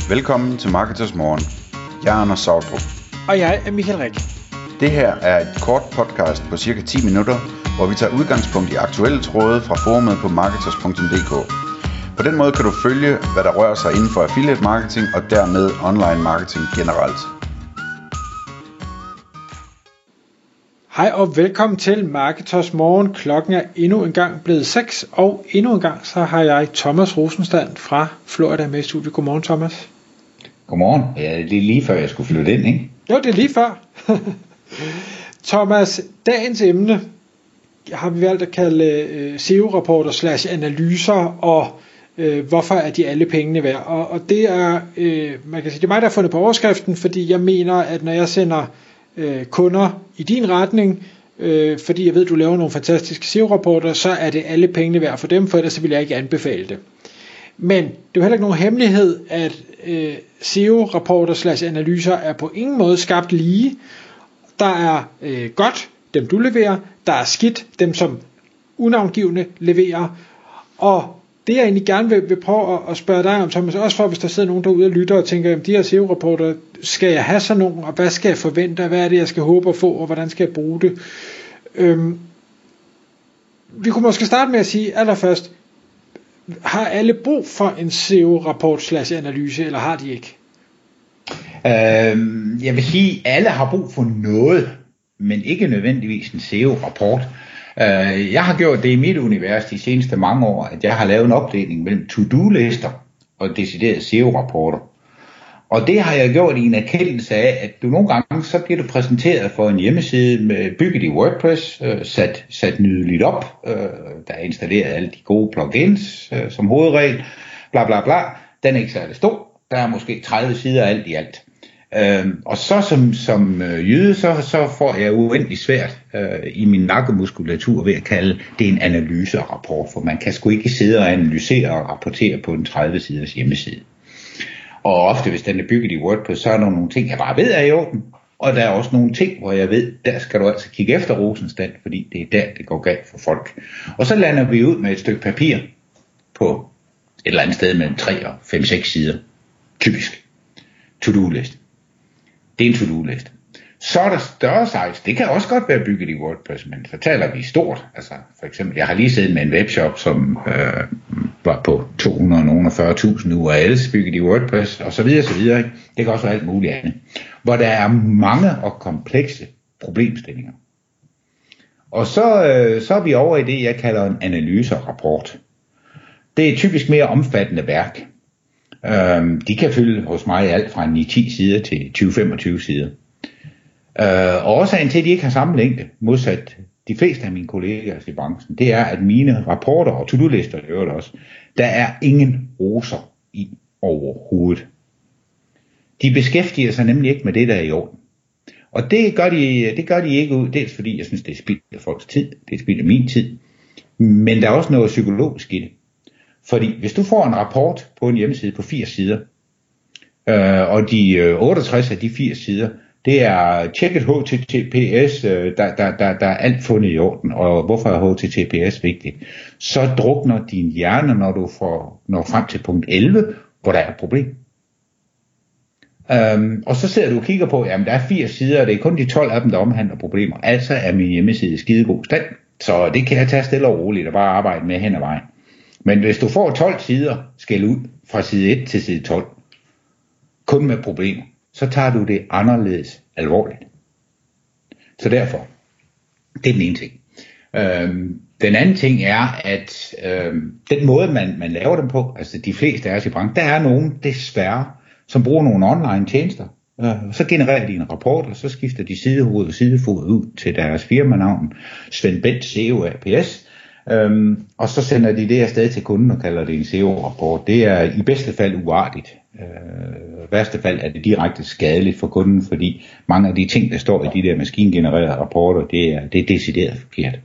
Velkommen til Marketers Morgen. Jeg er Anders Sautrup. Og jeg er Michael Rik. Det her er et kort podcast på cirka 10 minutter, hvor vi tager udgangspunkt i aktuelle tråde fra forumet på marketers.dk. På den måde kan du følge, hvad der rører sig inden for affiliate marketing og dermed online marketing generelt. Hej og velkommen til Marketers Morgen. Klokken er endnu en gang blevet 6, og endnu en gang så har jeg Thomas Rosenstand fra Florida med i studiet. Godmorgen, Thomas. Godmorgen. Ja, det er lige før jeg skulle flytte ind, ikke? Jo, det er lige før. Thomas, dagens emne har vi valgt at kalde SEO-rapporter / analyser, og hvorfor er de alle pengene værd? Og det er, man kan sige, det er mig, der har fundet på overskriften, fordi jeg mener, at når jeg sender kunder i din retning, fordi jeg ved, du laver nogle fantastiske SEO-rapporter, så er det alle pengene værd for dem, for ellers vil jeg ikke anbefale det. Men det er jo heller ikke nogen hemmelighed, at SEO-rapporter / analyser er på ingen måde skabt lige. Der er godt, dem du leverer, der er skidt, dem som unavngivne leverer, og det jeg egentlig gerne vil prøve at spørge dig om, Thomas, også for hvis der sidder nogen derude og lytter og tænker, jamen de her SEO-rapporter, skal jeg have sådan nogle, og hvad skal jeg forvente, hvad er det jeg skal håbe at få, og hvordan skal jeg bruge det? Vi kunne måske starte med at sige allerførst, har alle brug for en SEO-rapport / analyse, eller har de ikke? Jeg vil sige, at alle har brug for noget, men ikke nødvendigvis en SEO-rapport. Jeg har gjort det i mit univers de seneste mange år, at jeg har lavet en opdeling mellem to-do-lister og deciderede SEO-rapporter. Og det har jeg gjort i en erkendelse af, at du nogle gange så bliver du præsenteret for en hjemmeside med bygget i WordPress, sat nydeligt op, der er installeret alle de gode plugins som hovedregel, bla bla bla. Den er ikke særlig stor, der er måske 30 sider alt i alt. Og så som jøde, så får jeg uendelig svært i min nakkemuskulatur ved at kalde det en analyserapport, for man kan sgu ikke sidde og analysere og rapportere på en 30 siders hjemmeside. Og ofte hvis den er bygget i WordPress, så er der nogle ting, jeg bare ved er i orden, og der er også nogle ting, hvor jeg ved, der skal du altså kigge efter Rosenstand, fordi det er der, det går galt for folk. Og så lander vi ud med et stykke papir på et eller andet sted mellem 3 og 5-6 sider, typisk to-do-liste. Det er en to-do-liste. Så er der større sites. Det kan også godt være bygget i WordPress, men så taler vi stort. Altså for eksempel, jeg har lige siddet med en webshop, som var på 240.000 URLs bygget i WordPress, og så videre, så videre. Ikke? Det kan også være alt muligt andet. Hvor der er mange og komplekse problemstillinger. Og så er vi over i det, jeg kalder en analyserapport. Det er typisk mere omfattende værk. De kan fylde hos mig alt fra 9-10 sider til 20-25 sider. Og årsagen til, at de ikke har samme længde, modsat de fleste af mine kolleger i branchen, det er, at mine rapporter og to-do-lister, også, der er ingen roser i overhovedet. De beskæftiger sig nemlig ikke med det, der er i orden. Og det gør de ikke ud, dels fordi jeg synes, det er spild af folks tid, det er spild af min tid, men der er også noget psykologisk i det. Fordi hvis du får en rapport på en hjemmeside på 80 sider, og de 68 af de 80 sider, det er tjekket HTTPS, der er alt fundet i orden, og hvorfor er HTTPS vigtigt, så drukner din hjerne, når du når frem til punkt 11, hvor der er et problem. Og så sidder du og kigger på, jamen der er 80 sider, og det er kun de 12 af dem, der omhandler problemer, altså er min hjemmeside i skidegod stand, så det kan jeg tage stille og roligt og bare arbejde med hen ad vejen. Men hvis du får 12 sider skæld ud fra side 1 til side 12, kun med problemer, så tager du det anderledes alvorligt. Så derfor, det er den ene ting. Den anden ting er, at den måde, man laver dem på, altså de fleste af os i branchen, der er nogen desværre, som bruger nogle online tjenester. Så genererer de en rapport, og så skifter de sidehoved og sidefod ud til deres firmanavn, Svend Bent SEO APS, og så sender de det afsted til kunden og kalder det en SEO-rapport. Det er i bedste fald uartigt. I værste fald er det direkte skadeligt for kunden, fordi mange af de ting, der står i de der maskingenererede rapporter, det er decideret forkert.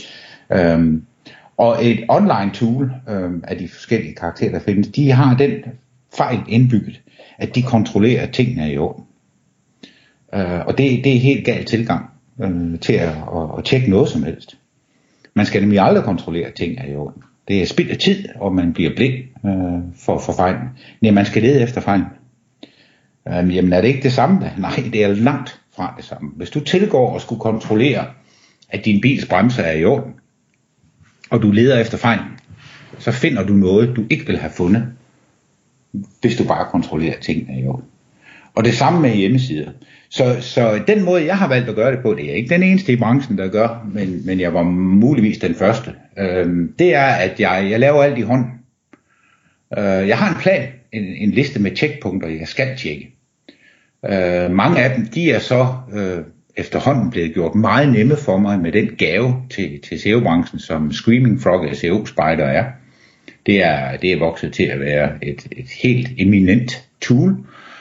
Og et online tool af de forskellige karakterer, der findes, de har den fejl indbygget, at de kontrollerer, at tingene er i orden. Og det er helt galt tilgang til at tjekke noget som helst. Man skal nemlig aldrig kontrollere, at ting er i orden. Det er spild af tid, og man bliver blind for fejlen. Nej, man skal lede efter fejlen. Jamen er det ikke det samme? Nej, det er langt fra det samme. Hvis du tilgår og skulle kontrollere, at din bils bremser er i orden, og du leder efter fejlen, så finder du noget, du ikke vil have fundet, hvis du bare kontrollerer, at tingene er i orden. Og det samme med hjemmesider. Så den måde, jeg har valgt at gøre det på, det er ikke den eneste i branchen, der gør, men jeg var muligvis den første. Det er, at jeg laver alt i hånden. Jeg har en plan, en liste med checkpunkter, jeg skal tjekke. Mange af dem, de er så efterhånden blevet gjort meget nemme for mig med den gave til SEO-branchen, som Screaming Frog SEO Spider er. Det er vokset til at være et helt eminent tool.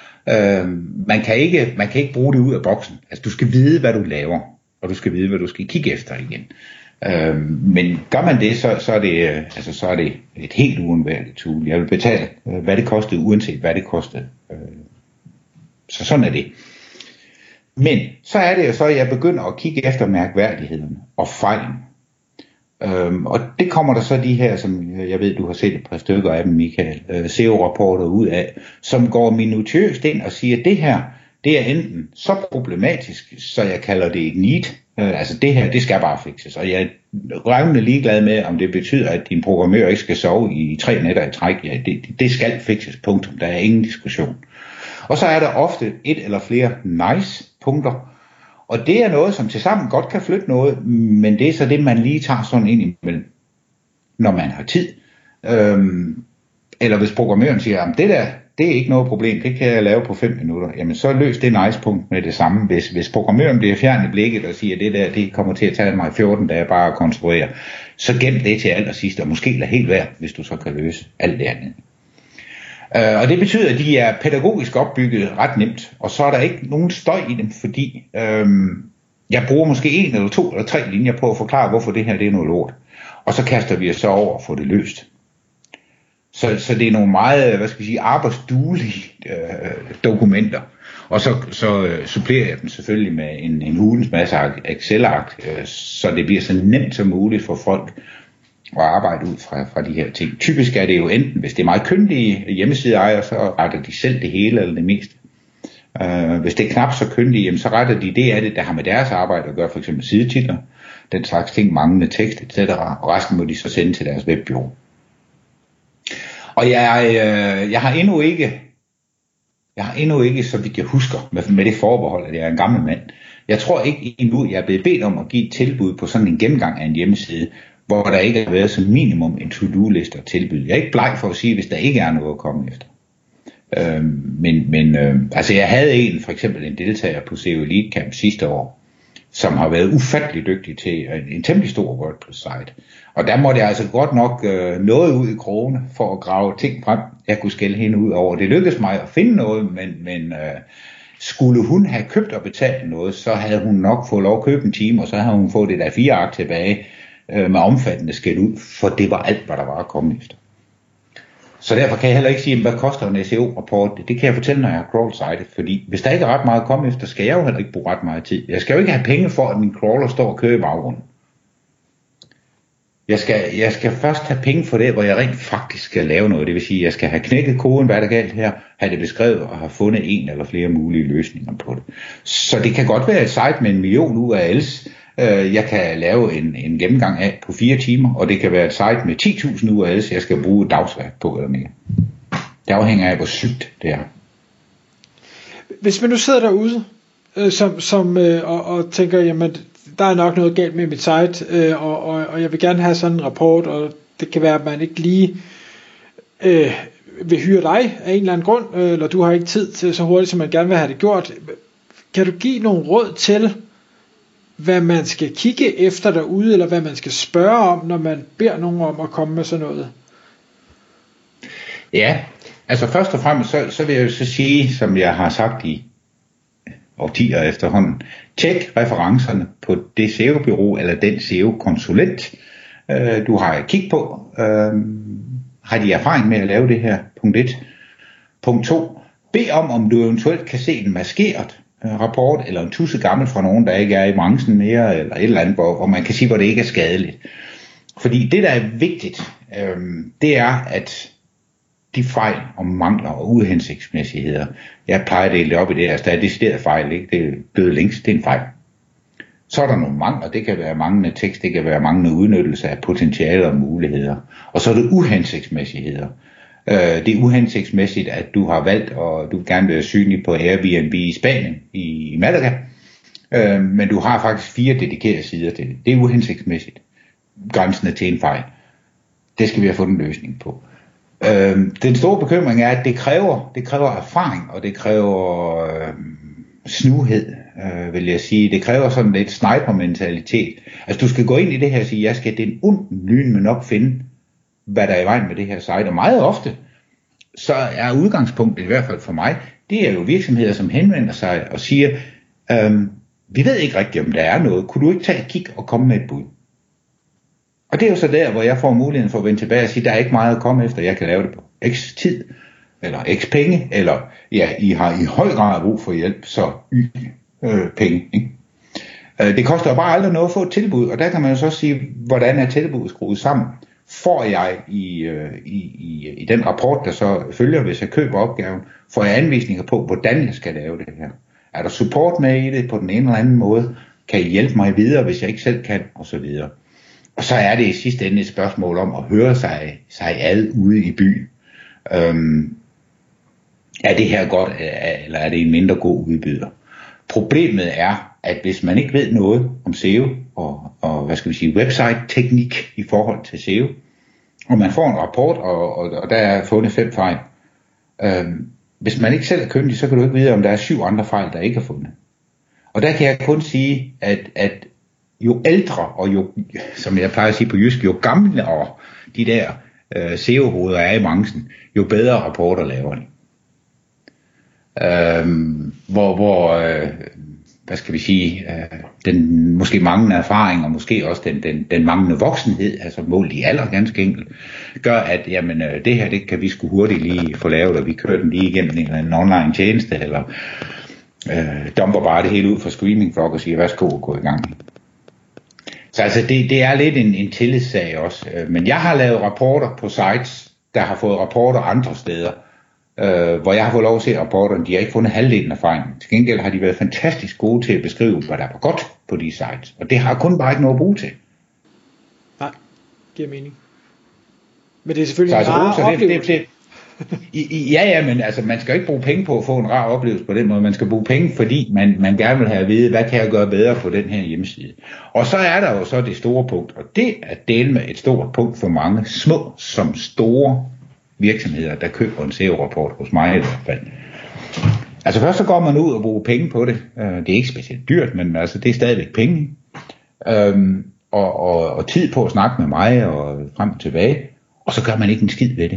Man kan ikke bruge det ud af boksen. Altså du skal vide, hvad du laver, og du skal vide, hvad du skal kigge efter igen. Men gør man det, så er det et helt uundværligt tool. Jeg vil betale, hvad det kostede, uanset hvad det kostede. Så sådan er det. Men så er det jo så, at jeg begynder at kigge efter mærkværdigheden og fejlen. Og det kommer der så de her, som jeg ved, du har set et par stykker af dem, Michael, SEO-rapporter ud af, som går minutiøst ind og siger, at det her, det er enten så problematisk, så jeg kalder det et need. Altså det her, det skal bare fikses. Og jeg er revnende ligeglad med, om det betyder, at din programmør ikke skal sove i 3 nætter i træk. Ja, det skal fikses, punktum. Der er ingen diskussion. Og så er der ofte et eller flere nice punkter. Og det er noget, som tilsammen godt kan flytte noget, men det er så det, man lige tager sådan ind imellem, når man har tid. Eller hvis programmøren siger, at det der, det er ikke noget problem, det kan jeg lave på 5 minutter, jamen så løs det nice punkt med det samme. Hvis programmøren bliver fjern i blikket og siger, at det der, det kommer til at tage mig 14 dage bare at konstruere, så gem det til allersidst, og måske lad helt være, hvis du så kan løse alt det andet. Og det betyder, at de er pædagogisk opbygget ret nemt, og så er der ikke nogen støj i dem, fordi jeg bruger måske 1 eller 2 eller 3 linjer på at forklare, hvorfor det her det er noget lort. Og så kaster vi os så over og får det løst. Så det er nogle meget, arbejdsduelige dokumenter. Og så supplerer jeg dem selvfølgelig med en hulens masse Excel-ark, så det bliver så nemt som muligt for folk og arbejde ud fra de her ting. Typisk er det jo enten, hvis det er meget kyndige hjemmesideejere, så retter de selv det hele eller det meste. Hvis det er knap så kyndige, jamen, så retter de det af det, der har med deres arbejde at gøre, f.eks. sidetitler, den slags ting, manglende tekst, etc. Og resten må de så sende til deres webbureau. Og jeg har endnu ikke, så vidt jeg husker, med det forbehold, at jeg er en gammel mand. Jeg tror ikke endnu, jeg er blevet bedt om at give et tilbud på sådan en gennemgang af en hjemmeside, hvor der ikke har været som minimum en to-do-liste at tilbyde. Jeg er ikke bleg for at sige, hvis der ikke er noget at komme efter. Altså jeg havde for eksempel en deltager på SEO Elite Camp sidste år, som har været ufattelig dygtig til en temmelig stor WordPress-site. Og der måtte jeg altså godt nok noget ud i krogene for at grave ting frem, jeg kunne skælde hende ud over. Det lykkedes mig at finde noget, men skulle hun have købt og betalt noget, så havde hun nok fået lov at købe en time, og så havde hun fået det der 4-ark tilbage med omfattende skæld ud, for det var alt, hvad der var at komme efter. Så derfor kan jeg heller ikke sige, hvad koster en SEO-rapport. Det kan jeg fortælle, når jeg har crawl-sitet, fordi hvis der ikke er ret meget at komme efter, skal jeg jo heller ikke bruge ret meget tid. Jeg skal jo ikke have penge for, at min crawler står og kører i baggrunden. Jeg skal først have penge for det, hvor jeg rent faktisk skal lave noget. Det vil sige, at jeg skal have knækket koden, hvad der er galt her, have det beskrevet og have fundet en eller flere mulige løsninger på det. Så det kan godt være et site med 1 million URLs, jeg kan lave en gennemgang af på 4 timer, og det kan være et site med 10.000 URLs, jeg skal bruge et dagsværk på eller mere. Det afhænger af, hvor sygt det er. Hvis man nu sidder derude og tænker, jamen der er nok noget galt med mit site, og jeg vil gerne have sådan en rapport, og det kan være, at man ikke lige vil hyre dig af en eller anden grund, eller du har ikke tid til så hurtigt, som man gerne vil have det gjort. Kan du give nogle råd til, hvad man skal kigge efter derude, eller hvad man skal spørge om, når man beder nogen om at komme med sådan noget? Ja, altså først og fremmest, så vil jeg jo så sige, som jeg har sagt i årtier efterhånden, tjek referencerne på det SEO-bureau, eller den SEO-konsulent, du har kigget på. Har de erfaring med at lave det her? Punkt 1. Punkt 2. Bed om du eventuelt kan se en maskeret rapport, eller en tusse gammel fra nogen, der ikke er i branchen mere, eller et eller andet, hvor man kan sige, hvor det ikke er skadeligt. Fordi det, der er vigtigt, det er, at de fejl og mangler og uhensigtsmæssigheder. Jeg plejer at dele det op i det her, der er decideret fejl, ikke? Det er døde links, det er en fejl. Så er der nogle mangler, det kan være manglende tekst, det kan være manglende udnyttelse af potentialer og muligheder. Og så er det uhensigtsmæssigheder. Det er uhensigtsmæssigt, at du har valgt, og du vil gerne være synlig på Airbnb i Spanien, i Malaga, men du har faktisk 4 dedikerede sider til det. Det er uhensigtsmæssigt. Grænsende til en fejl. Det skal vi have fundet en løsning på. Den store bekymring er, at det kræver erfaring, og det kræver snuhed, vil jeg sige. Det kræver sådan lidt sniper-mentalitet. Altså du skal gå ind i det her og sige, jeg skal den onde lyn, men nok finde, hvad der er i vejen med det her site. Og meget ofte, så er udgangspunktet, i hvert fald for mig, det er jo virksomheder, som henvender sig og siger, vi ved ikke rigtigt, om der er noget. Kunne du ikke tage et kig og komme med et bud? Og det er jo så der, hvor jeg får muligheden for at vende tilbage og sige, der er ikke meget at komme efter, jeg kan lave det på x tid, eller x penge, eller ja, I har i høj grad brug for hjælp, så penge. Ikke? Det koster jo bare aldrig noget at få et tilbud, og der kan man jo så sige, hvordan er tilbuddet skruet sammen? Får jeg i den rapport, der så følger, hvis jeg køber opgaven, får jeg anvisninger på, hvordan jeg skal lave det her? Er der support med i det på den ene eller anden måde? Kan I hjælpe mig videre, hvis jeg ikke selv kan? Og så videre. Og så er det i sidste ende et spørgsmål om at høre sig ad ude i byen. Er det her godt, eller er det en mindre god udbyder? Problemet er, at hvis man ikke ved noget om SEO og hvad skal vi sige, website-teknik i forhold til SEO, og man får en rapport, og der er fundet 5 fejl. Hvis man ikke selv er kyndig, så kan du ikke vide, om der er 7 andre fejl, der ikke er fundet. Og der kan jeg kun sige, at jo ældre, og jo, som jeg plejer at sige på jysk, jo gamlere de der SEO-hoveder er i branchen, jo bedre rapporter laver de. Hvad skal vi sige, den måske manglende erfaring, og måske også den manglende voksenhed, altså målt i alder ganske enkelt, gør, at jamen, det her, det kan vi sgu hurtigt lige få lavet, og vi kører den lige igennem en online tjeneste, eller dumper bare det hele ud fra Screaming Frog og siger, værsgo, gå i gang. Så altså, det er lidt en tillidssag også. Men jeg har lavet rapporter på sites, der har fået rapporter andre steder, hvor jeg har fået lov at se rapporterne. De har ikke fundet halvdelen af fejlen. Til gengæld har de været fantastisk gode til at beskrive, hvad der var godt på de sites. Og det har kun bare ikke noget at bruge til. Nej, giver mening. Men det er selvfølgelig en rar oplevelse. Ja, men altså, man skal ikke bruge penge på at få en rar oplevelse på den måde. Man skal bruge penge, fordi man gerne vil have at vide, hvad kan jeg gøre bedre på den her hjemmeside. Og så er der jo så det store punkt, og det er delt med et stort punkt for mange små som store virksomheder, der køber en SEO-rapport hos mig i hvert fald. Altså først så går man ud og bruger penge på det. Det er ikke specielt dyrt, men altså det er stadigvæk penge. Og tid på at snakke med mig og frem og tilbage. Og så gør man ikke en skid ved det.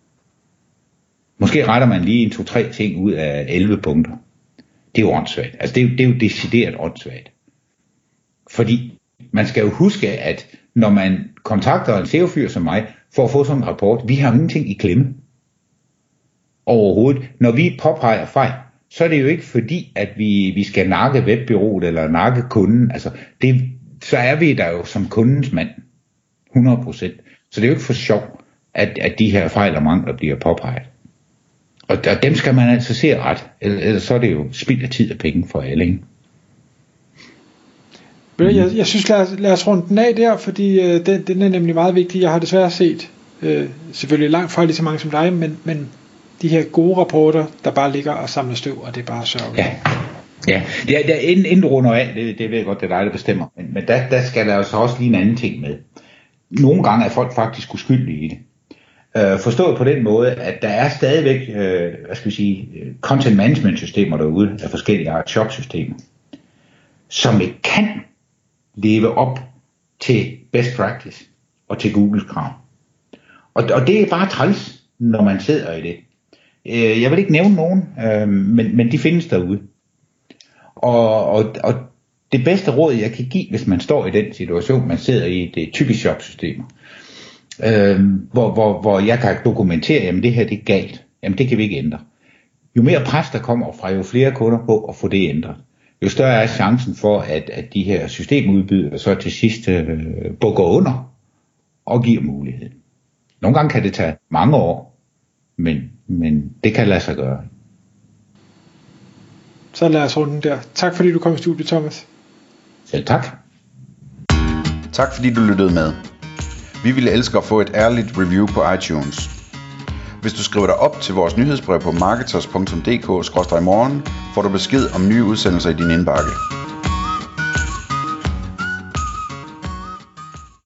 Måske retter man lige 2-3 ting ud af 11 punkter. Det er jo åndssvagt. Altså det er jo decideret åndssvagt. Fordi man skal jo huske, at når man kontakter en SEO-fyr som mig, for at få sådan en rapport, vi har ingenting i klemme. Overhovedet. Når vi påpeger fejl, så er det jo ikke fordi, at vi skal nakke webbureauet eller nakke kunden. Altså, så er vi der jo som kundens mand. 100%. Så det er jo ikke for sjov, at de her fejl og mangler bliver påpeget. Og dem skal man altså se ret. Ellers så er det jo spild af tid og penge for alle, ikke? Jeg synes, lad os runde den af der, fordi den er nemlig meget vigtig. Jeg har desværre set, selvfølgelig langt fra lige så mange som dig, men de her gode rapporter, der bare ligger og samler støv, og det er bare sørgeligt. Ja. Inden du runder af, det ved jeg godt, det er dig, der bestemmer, men der skal der jo så også lige en anden ting med. Nogle gange er folk faktisk uskyldige i det. Forstået på den måde, at der er stadigvæk, content management systemer derude, af forskellige art shop-systemer, som ikke kan leve op til best practice og til Googles krav. Og det er bare træls, når man sidder i det. Jeg vil ikke nævne nogen, men de findes derude. Og det bedste råd, jeg kan give, hvis man står i den situation, man sidder i, det typisk shop-systemer, hvor jeg kan dokumentere, jamen det her det er galt, jamen det kan vi ikke ændre. Jo mere pres der kommer fra, jo flere kunder på at få det ændret, jo større er chancen for, at de her systemudbydere så til sidst bukker under og giver mulighed. Nogle gange kan det tage mange år, men det kan lade sig gøre. Så lad os runde der. Tak fordi du kom i studiet, Thomas. Selv tak. Tak fordi du lyttede med. Vi ville elske at få et ærligt review på iTunes. Hvis du skriver dig op til vores nyhedsbrev på marketers.dk/morgen, får du besked om nye udsendelser i din indbakke.